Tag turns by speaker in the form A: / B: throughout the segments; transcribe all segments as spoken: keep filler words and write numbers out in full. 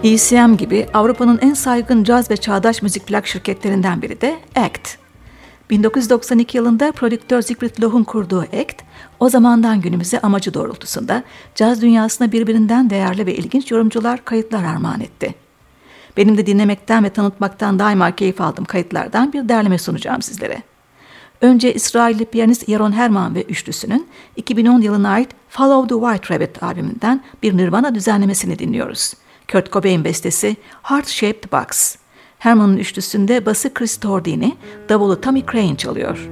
A: E C M gibi Avrupa'nın en saygın caz ve çağdaş müzik plak şirketlerinden biri de Act. bin dokuz yüz doksan iki yılında prodüktör Siegfried Loh'un kurduğu Act, o zamandan günümüze amacı doğrultusunda caz dünyasına birbirinden değerli ve ilginç yorumcular, kayıtlar armağan etti. Benim de dinlemekten ve tanıtmaktan daima keyif aldığım kayıtlardan bir derleme sunacağım sizlere. Önce İsrailli piyanist Yaron Herman ve üçlüsünün iki bin on yılına ait Follow the White Rabbit albümünden bir Nirvana düzenlemesini dinliyoruz. Kurt Cobain bestesi Heart Shaped Box. Herman'ın üçlüsünde bası Chris Tordini, davulu Tommy Crane çalıyor.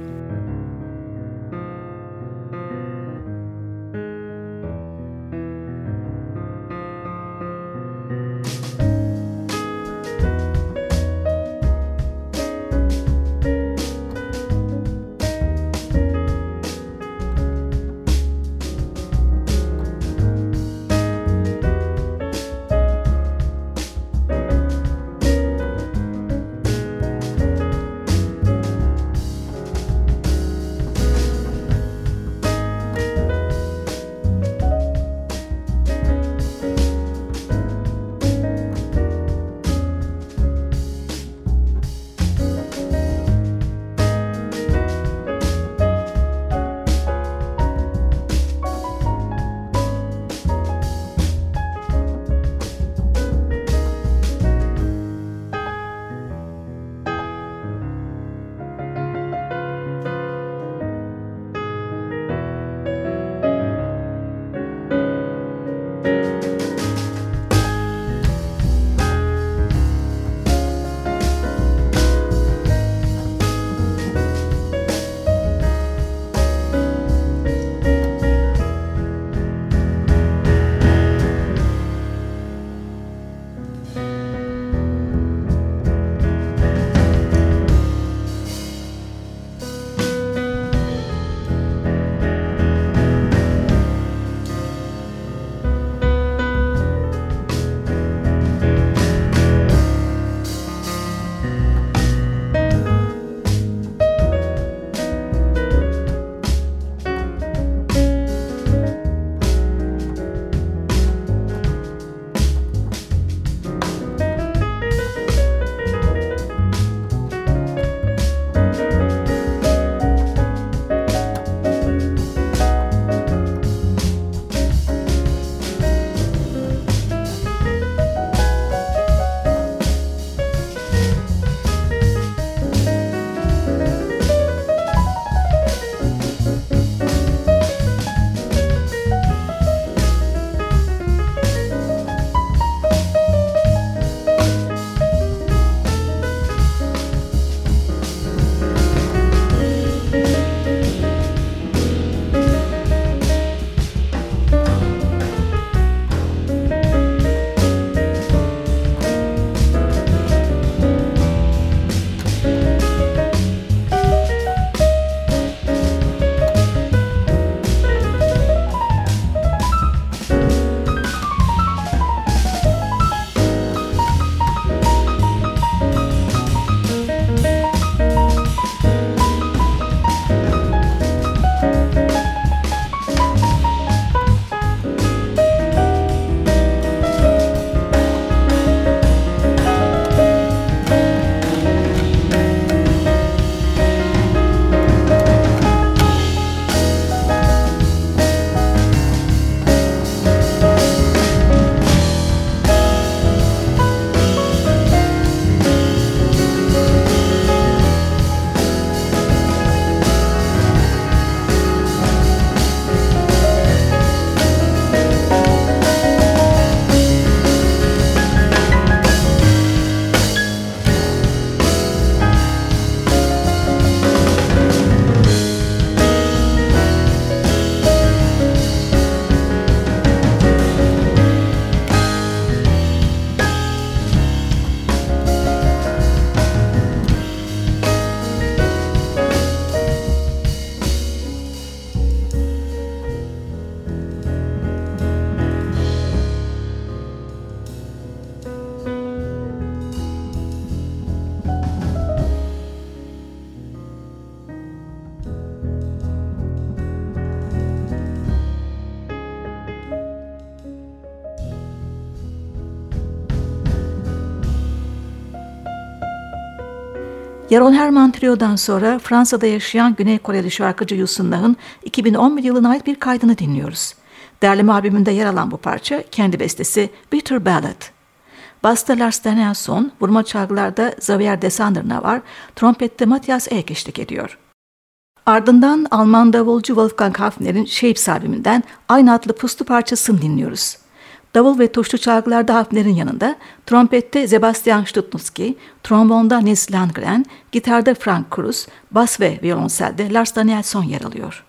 A: Yaron Herman Trio'dan sonra Fransa'da yaşayan Güney Koreli şarkıcı Yusun Nah'ın iki bin on bir yılına ait bir kaydını dinliyoruz. Derleme albümünde yer alan bu parça kendi bestesi Bitter Ballad. Basta Lars Danielsson, vurma çalgılarda Xavier Desander'na var, trompette Matthias Ek eşlik ediyor. Ardından Alman davulcu Wolfgang Hafner'in Shapes albümünden aynı adlı puslu parçasını dinliyoruz. Davul ve tuşlu çalgılarda Hafner'in yanında, trompette Sebastian Stutnowski, trombonda Nils Landgren, gitarda Frank Cruz, bas ve violonselde Lars Danielsson yer alıyor.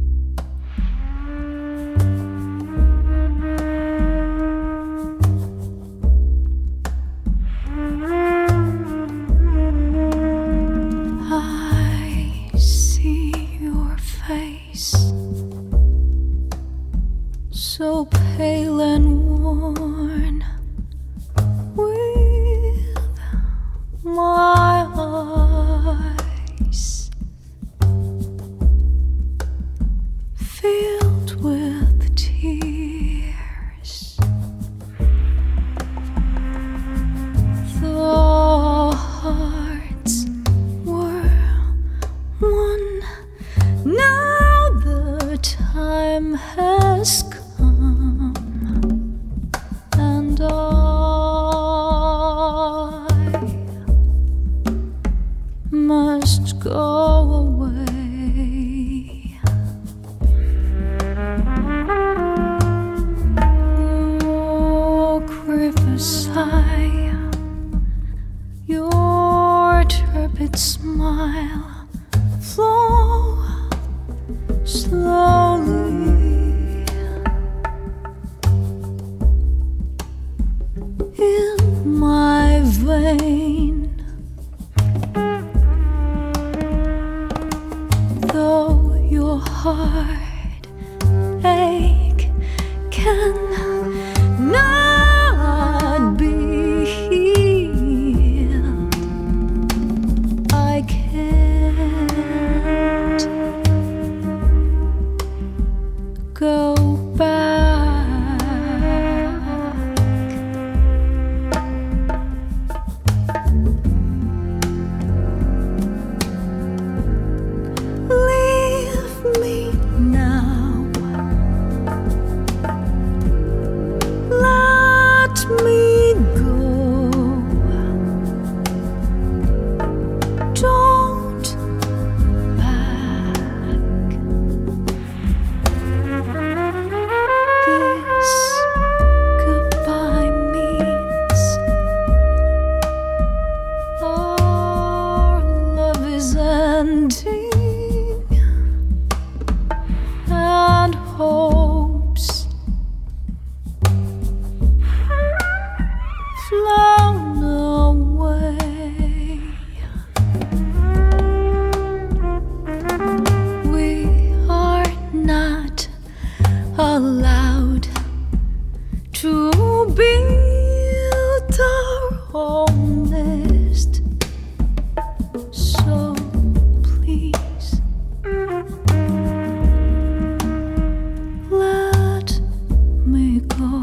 B: So pale and worn, with my eyes filled with tears. The hearts were one. Now the time has come. And I must go away. Oh, river sigh, your turbid smile, flow slowly in my vein, though your heart ache can not be healed. I can't go back. Allowed to build our own nest, so please let me go.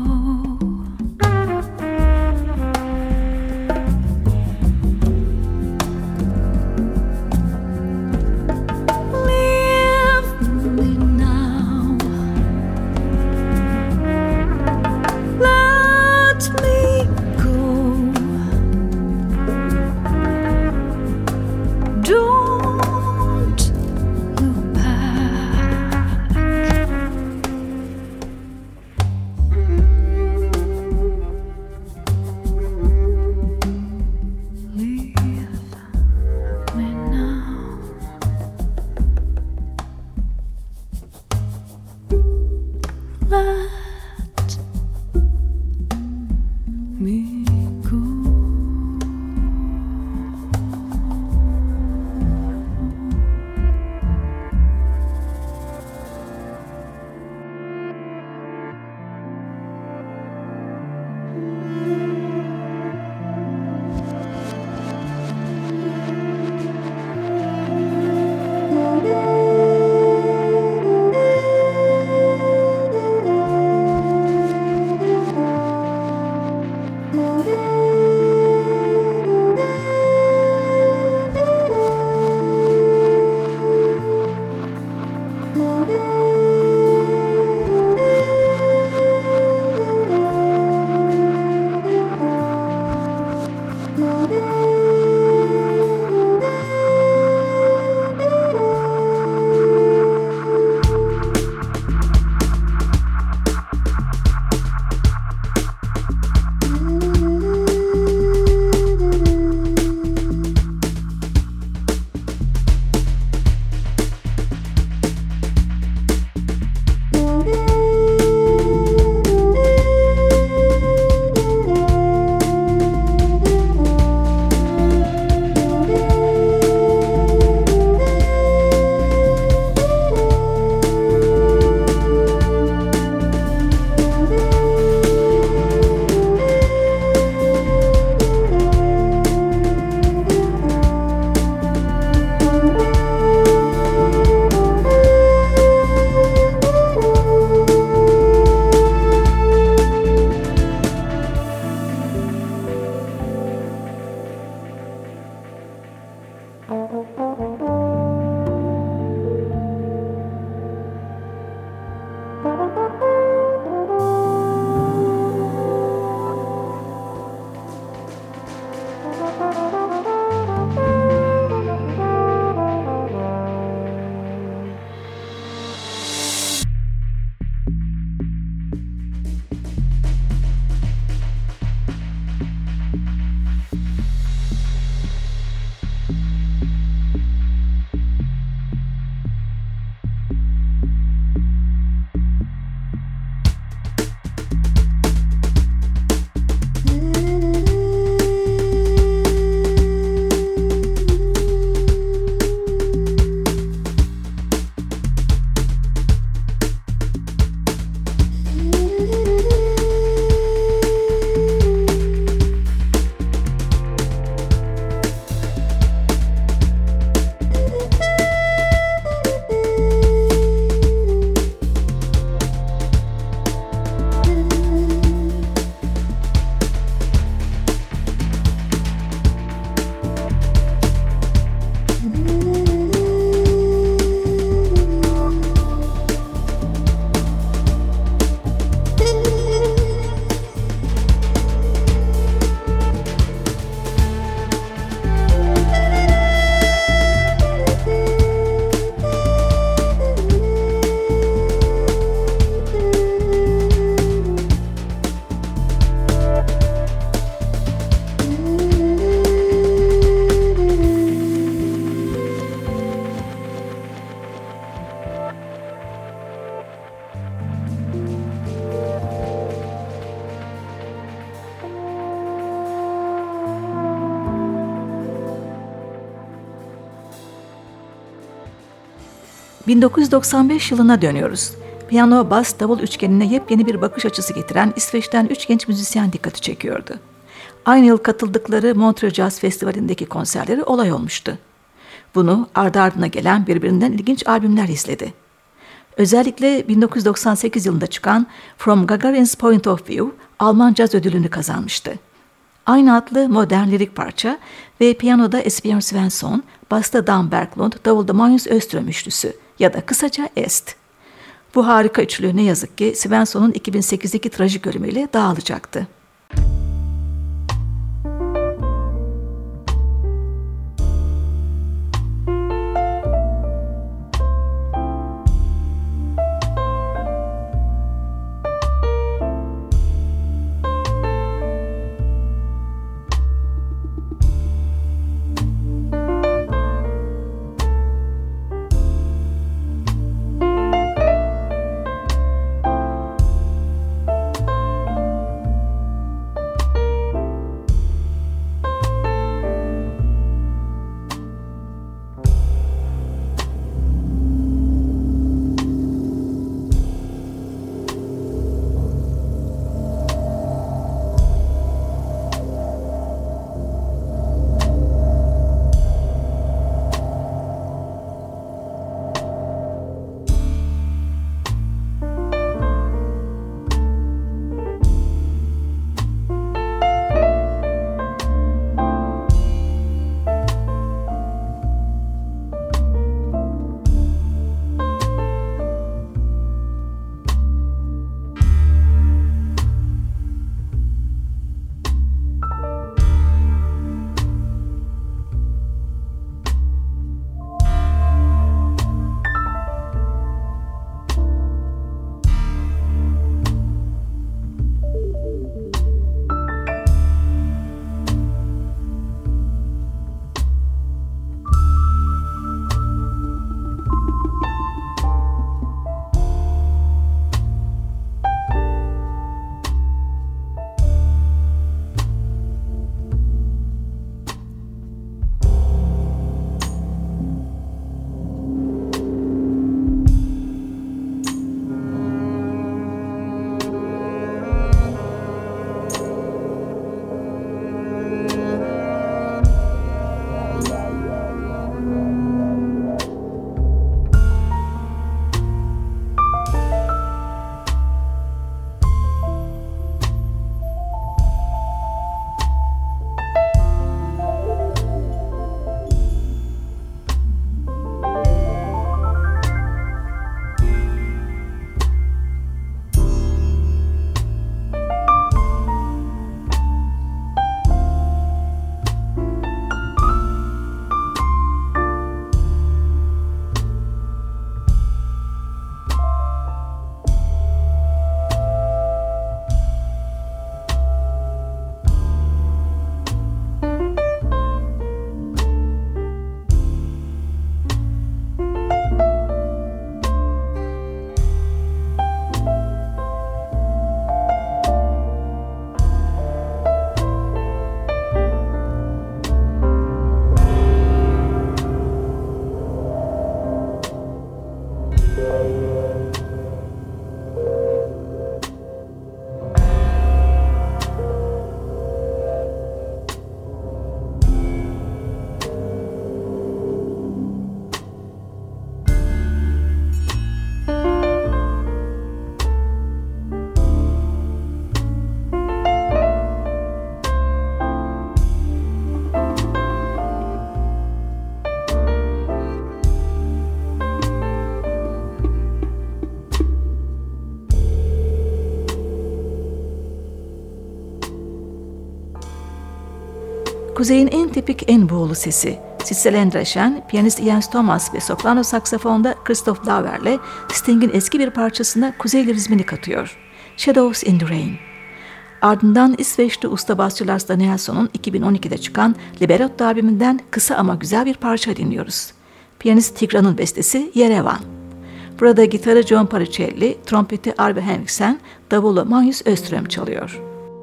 A: bin dokuz yüz doksan beş yılına dönüyoruz. Piyano, bas, davul üçgenine yepyeni bir bakış açısı getiren İsveç'ten üç genç müzisyen dikkati çekiyordu. Aynı yıl katıldıkları Montreux Jazz Festivali'ndeki konserleri olay olmuştu. Bunu ardı ardına gelen birbirinden ilginç albümler izledi. Özellikle bin dokuz yüz doksan sekiz yılında çıkan From Gagarin's Point of View Alman Caz Ödülünü kazanmıştı. Aynı adlı modern lirik parça ve piyanoda Esbjörn Svensson, basta Dan Berglund, davulda Magnus Öström üçlüsü ya da kısaca Est. Bu harika üçlü ne yazık ki Svensson'un iki bin sekizdeki trajik ölümüyle dağılacaktı. Kuzey'in en tipik, en buğulu sesi. Sissel Endresen, piyanist Jens Thomas ve soprano saksafonda Christoph Lauer'le Sting'in eski bir parçasına Kuzey lirizmini katıyor. Shadows in the Rain. Ardından İsveçli usta basçı Lars Danielsson'un iki bin on ikide çıkan Libretto albümünden kısa ama güzel bir parça dinliyoruz. Piyanist Tigran'ın bestesi Yerevan. Burada gitarı John Paricelli, trompeti Arve Henriksen, davulu Magnus Öström çalıyor.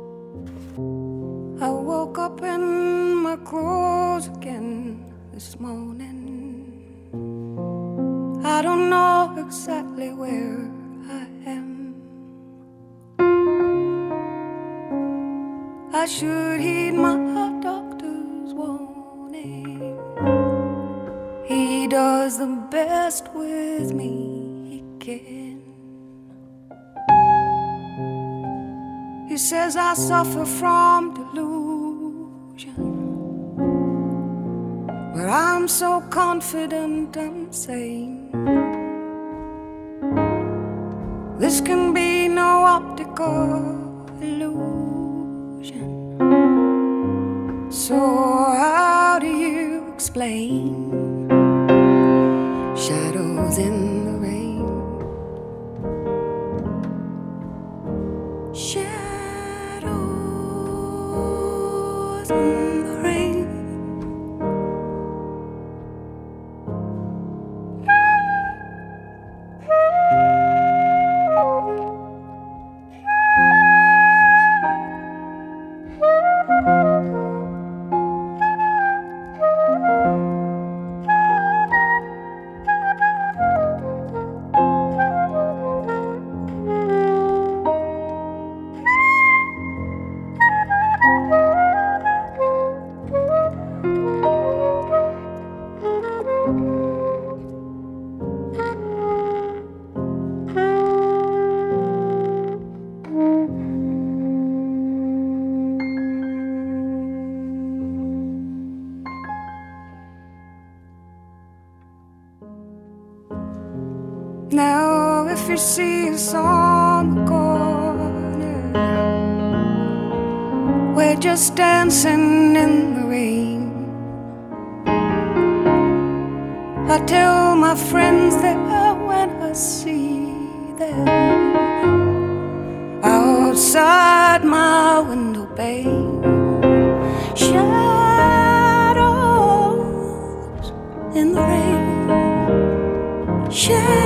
B: I woke up in my clothes again this morning. I I don't know exactly where I am. I should heed my doctor's warning. He does the best with me he can. He says I suffer from delusion, but I'm so confident I'm sane. This can be no optical illusion. So how do you explain shadows in the rain? Shadows in the rain. Now if you see us on the corner, we're just dancing in the rain. I tell my friends there when I see them outside my window pane. Shadows in the rain. Shadows.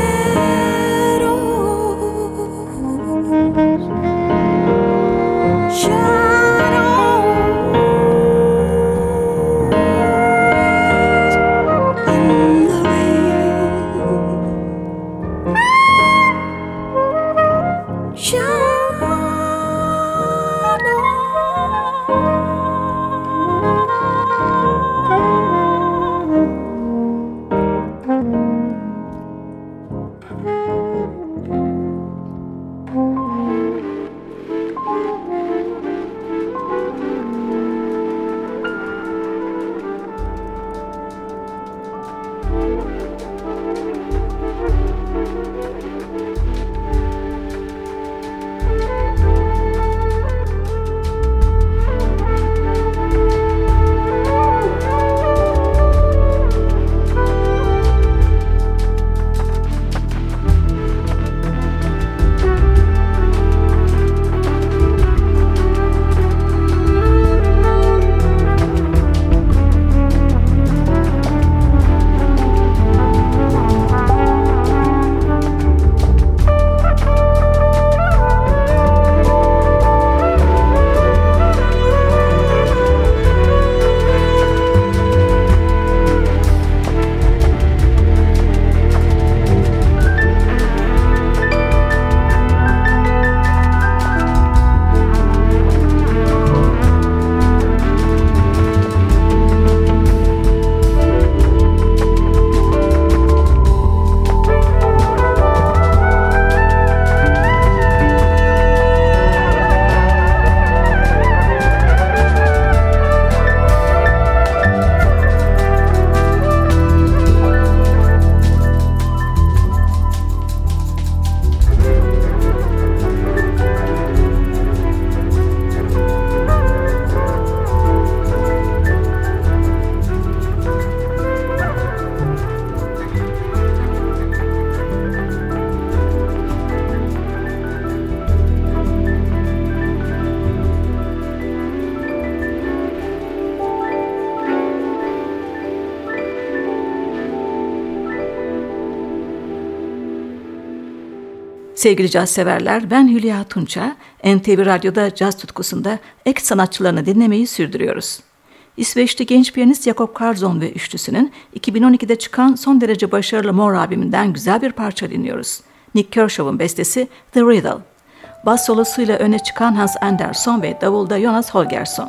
A: Sevgili caz severler, ben Hülya Tunça. N T V Radyo'da caz tutkusunda ek sanatçılarını dinlemeyi sürdürüyoruz. İsveçli genç piyanist Jakob Karlsson ve üçlüsünün iki bin on ikide çıkan son derece başarılı Mor albümünden güzel bir parça dinliyoruz. Nick Kershaw'un bestesi The Riddle. Bas solosuyla öne çıkan Hans Andersson ve davulda Jonas Holgersson.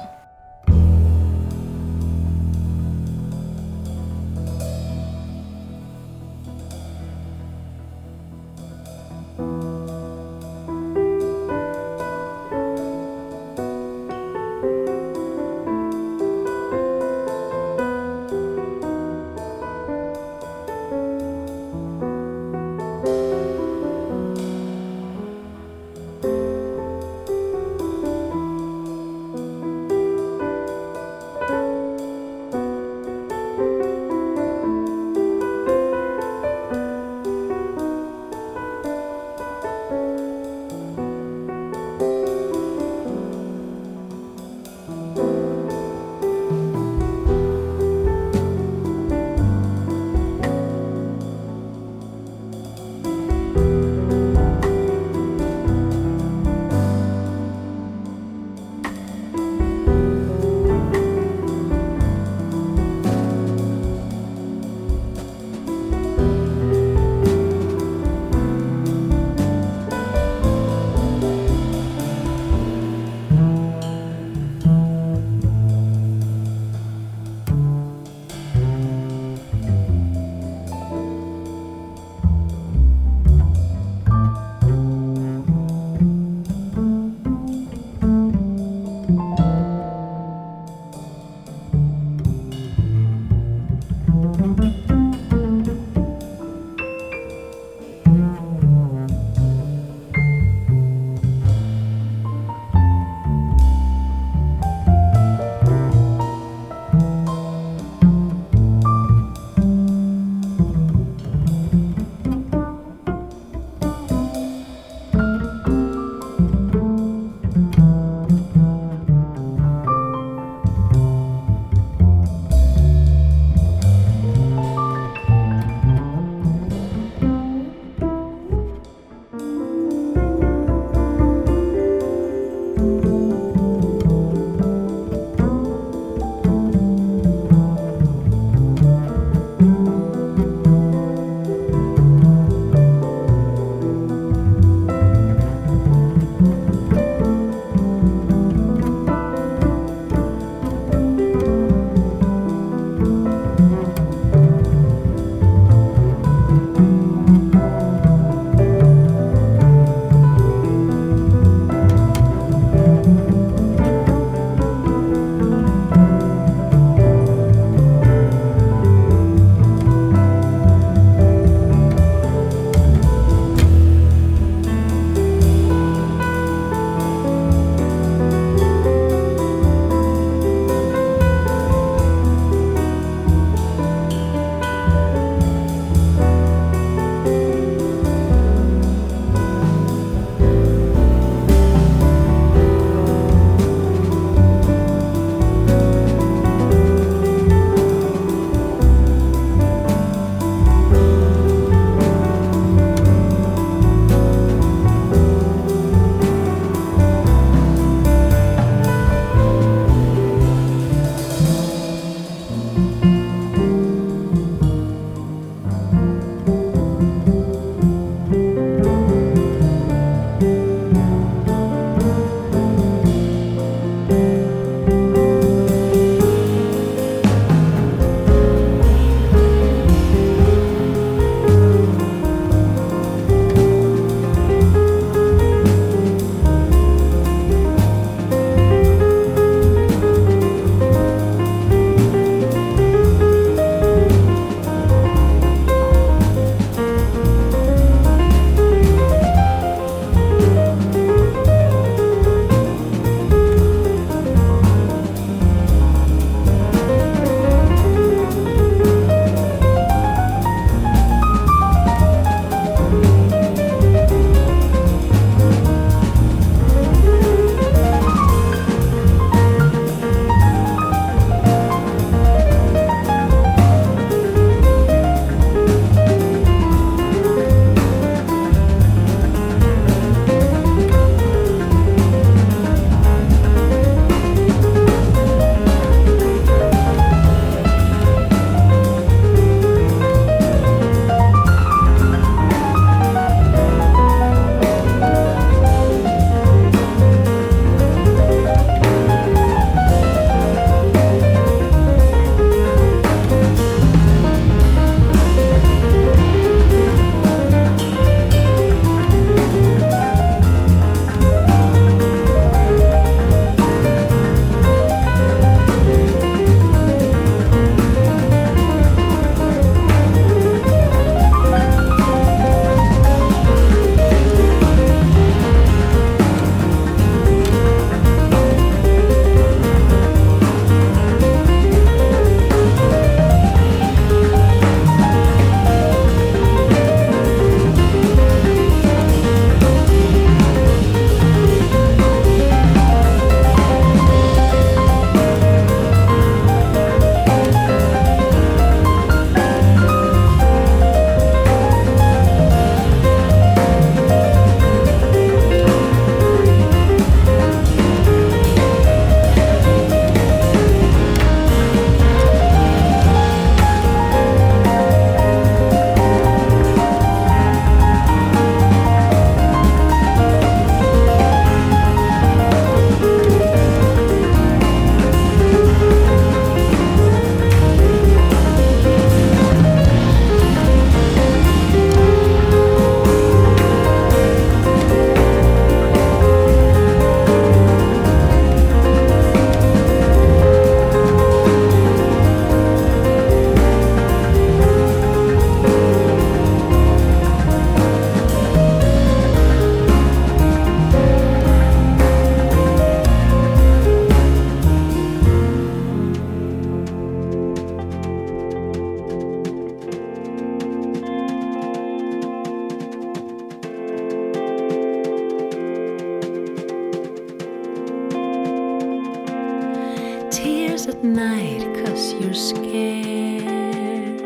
B: Tears at night 'cause you're scared.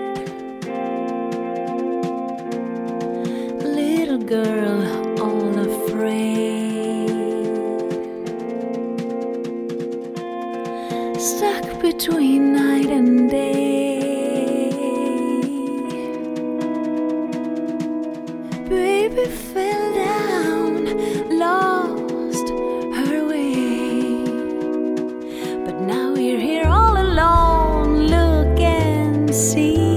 B: Little girl all afraid, stuck between night and day. Baby fell down, lost her way, but now we're here all alone. Look and see.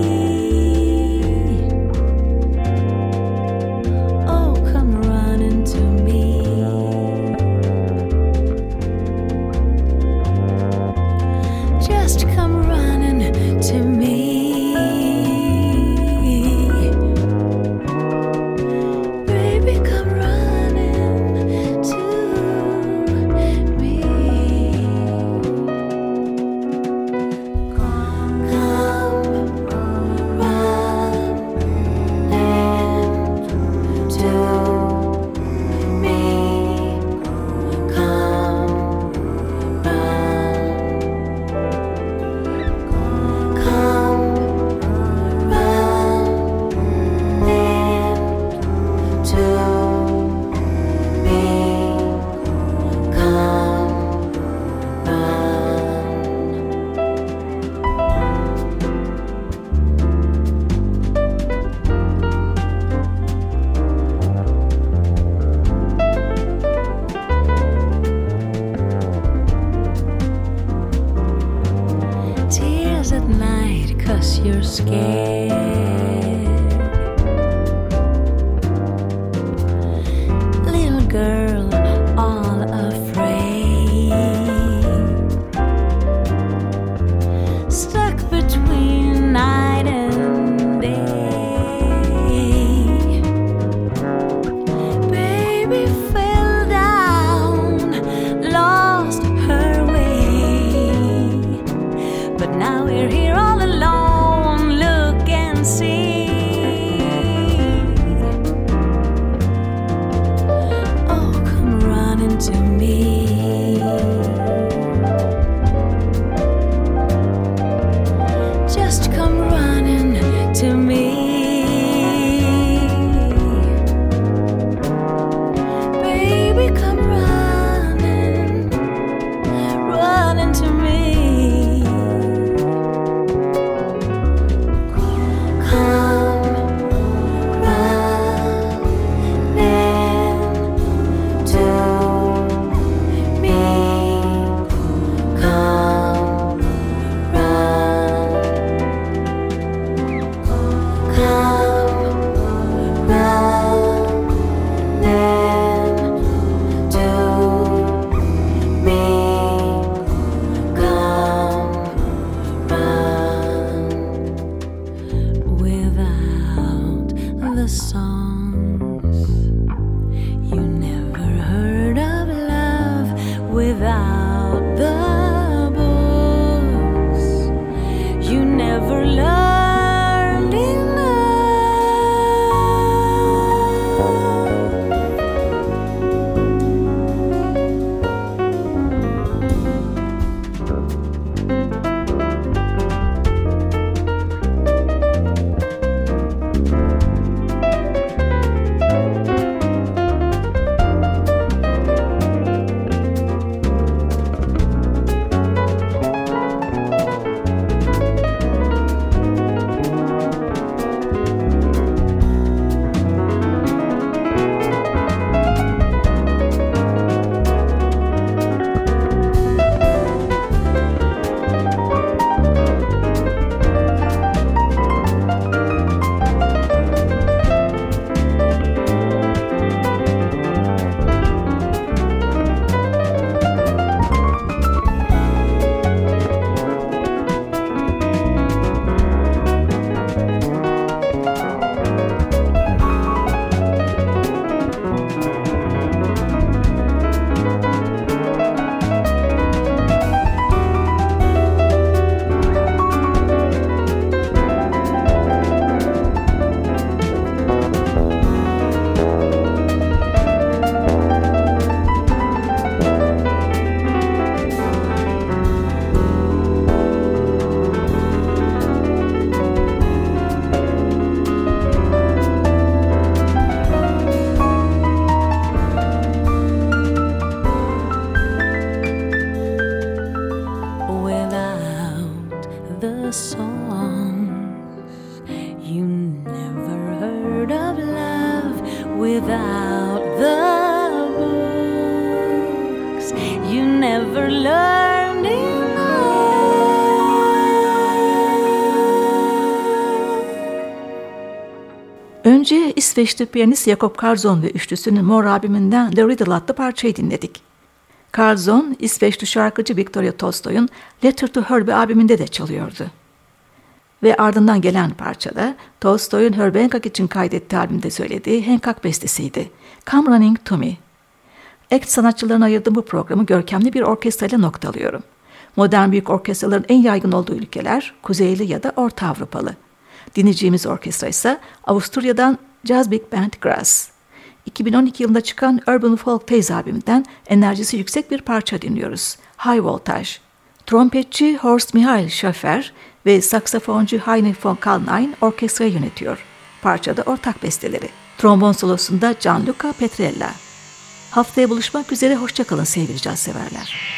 B: Oh, come running to me. Just come running to me. Baby, come running to me. Come running to me. Come run. Come running to me. Come run. Tears at night 'cause you're scared. Little girl all afraid, stuck between night and day. Baby fell down, lost her way, but now we're here all alone. Look and see. Oh, come running to me. Just come running to me. Baby, come running, running to me. Come running to me. Come run. Come running to me. Come run. Without the songs you never heard of love, without the books you never learned enough. songs. You never heard of love without the books. You never learned enough.
A: Önce İsveçli piyanist Jakob Karlsson ve üçlüsünün Mor albümünden The Riddle adlı parçayı dinledik. Karlsson, İsveçli şarkıcı Victoria Tolstoy'un Letter to Her albümünde de çalıyordu. Ve ardından gelen parçada Tolstoy'un Herbie Hancock için kaydettiği albümde söylediği Hancock bestesiydi. Come Running to Me. Act sanatçılarına ayırdığım bu programı görkemli bir orkestrayla noktalıyorum. Modern büyük orkestraların en yaygın olduğu ülkeler Kuzeyli ya da Orta Avrupalı. Dinleyeceğimiz orkestra ise Avusturya'dan Jazz Big Band Grass. iki bin on iki yılında çıkan Urban Folk Tales albümünden enerjisi yüksek bir parça dinliyoruz. High Voltage. Trompetçi Horst Michael Schäfer ve saksafoncu Heine von Kalnein orkestrayı yönetiyor. Parçada ortak besteleri. Trombon solosunda Gianluca Petrella. Haftaya buluşmak üzere, hoşça kalın sevgili caz severler.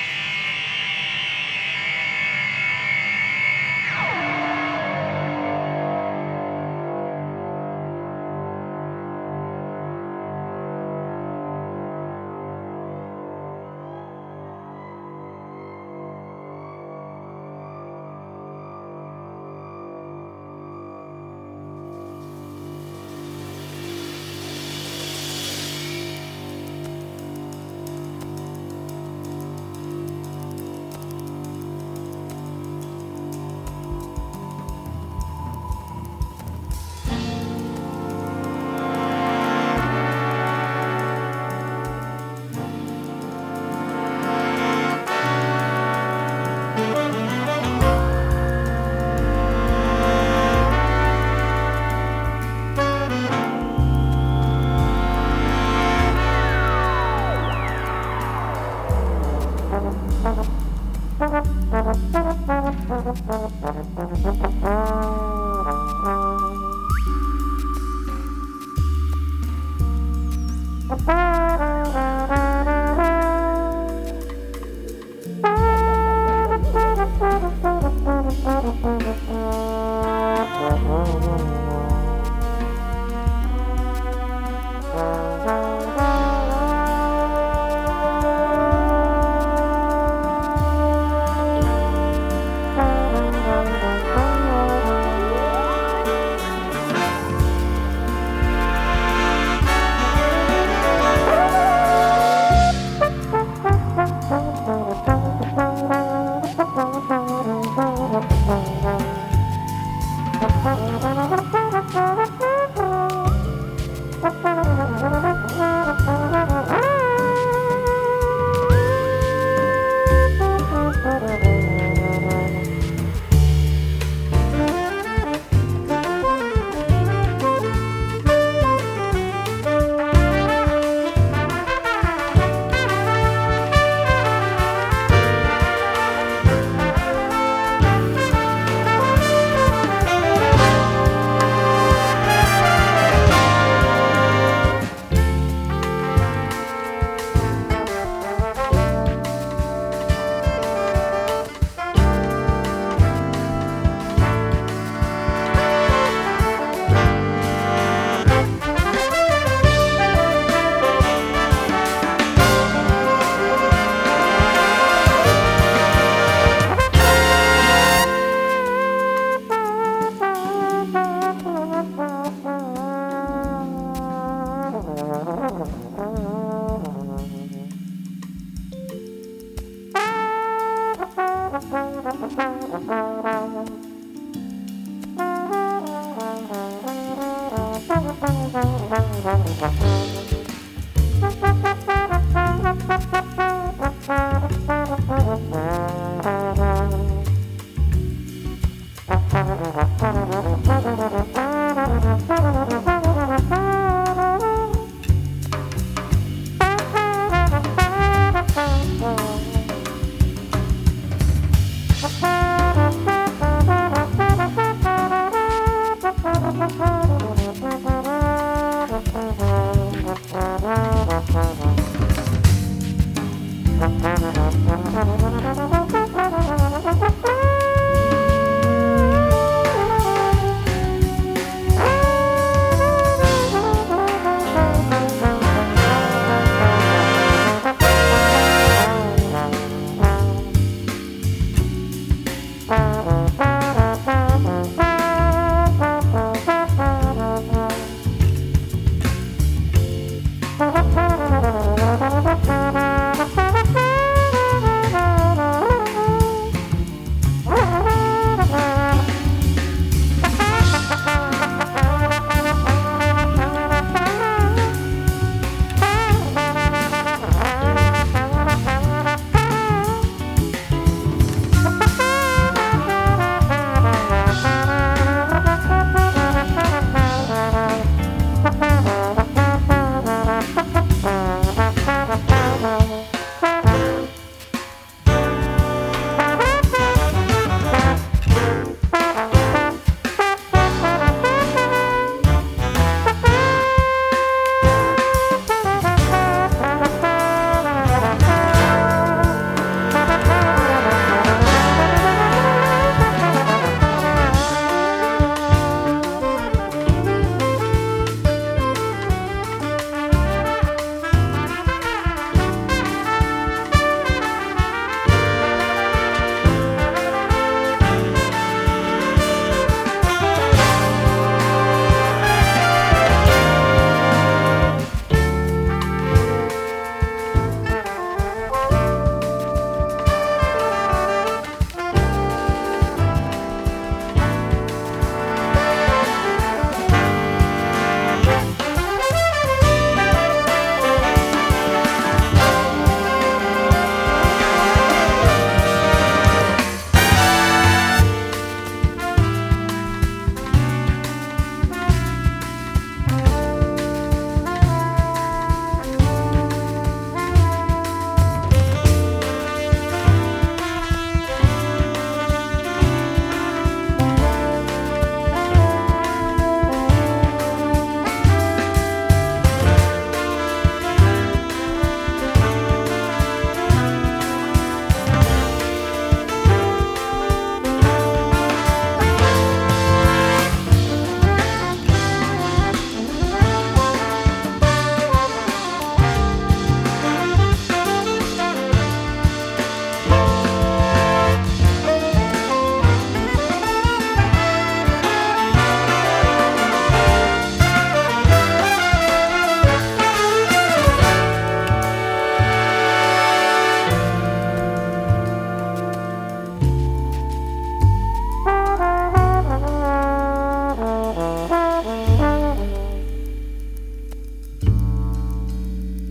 B: Thank you.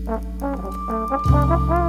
B: Thank you.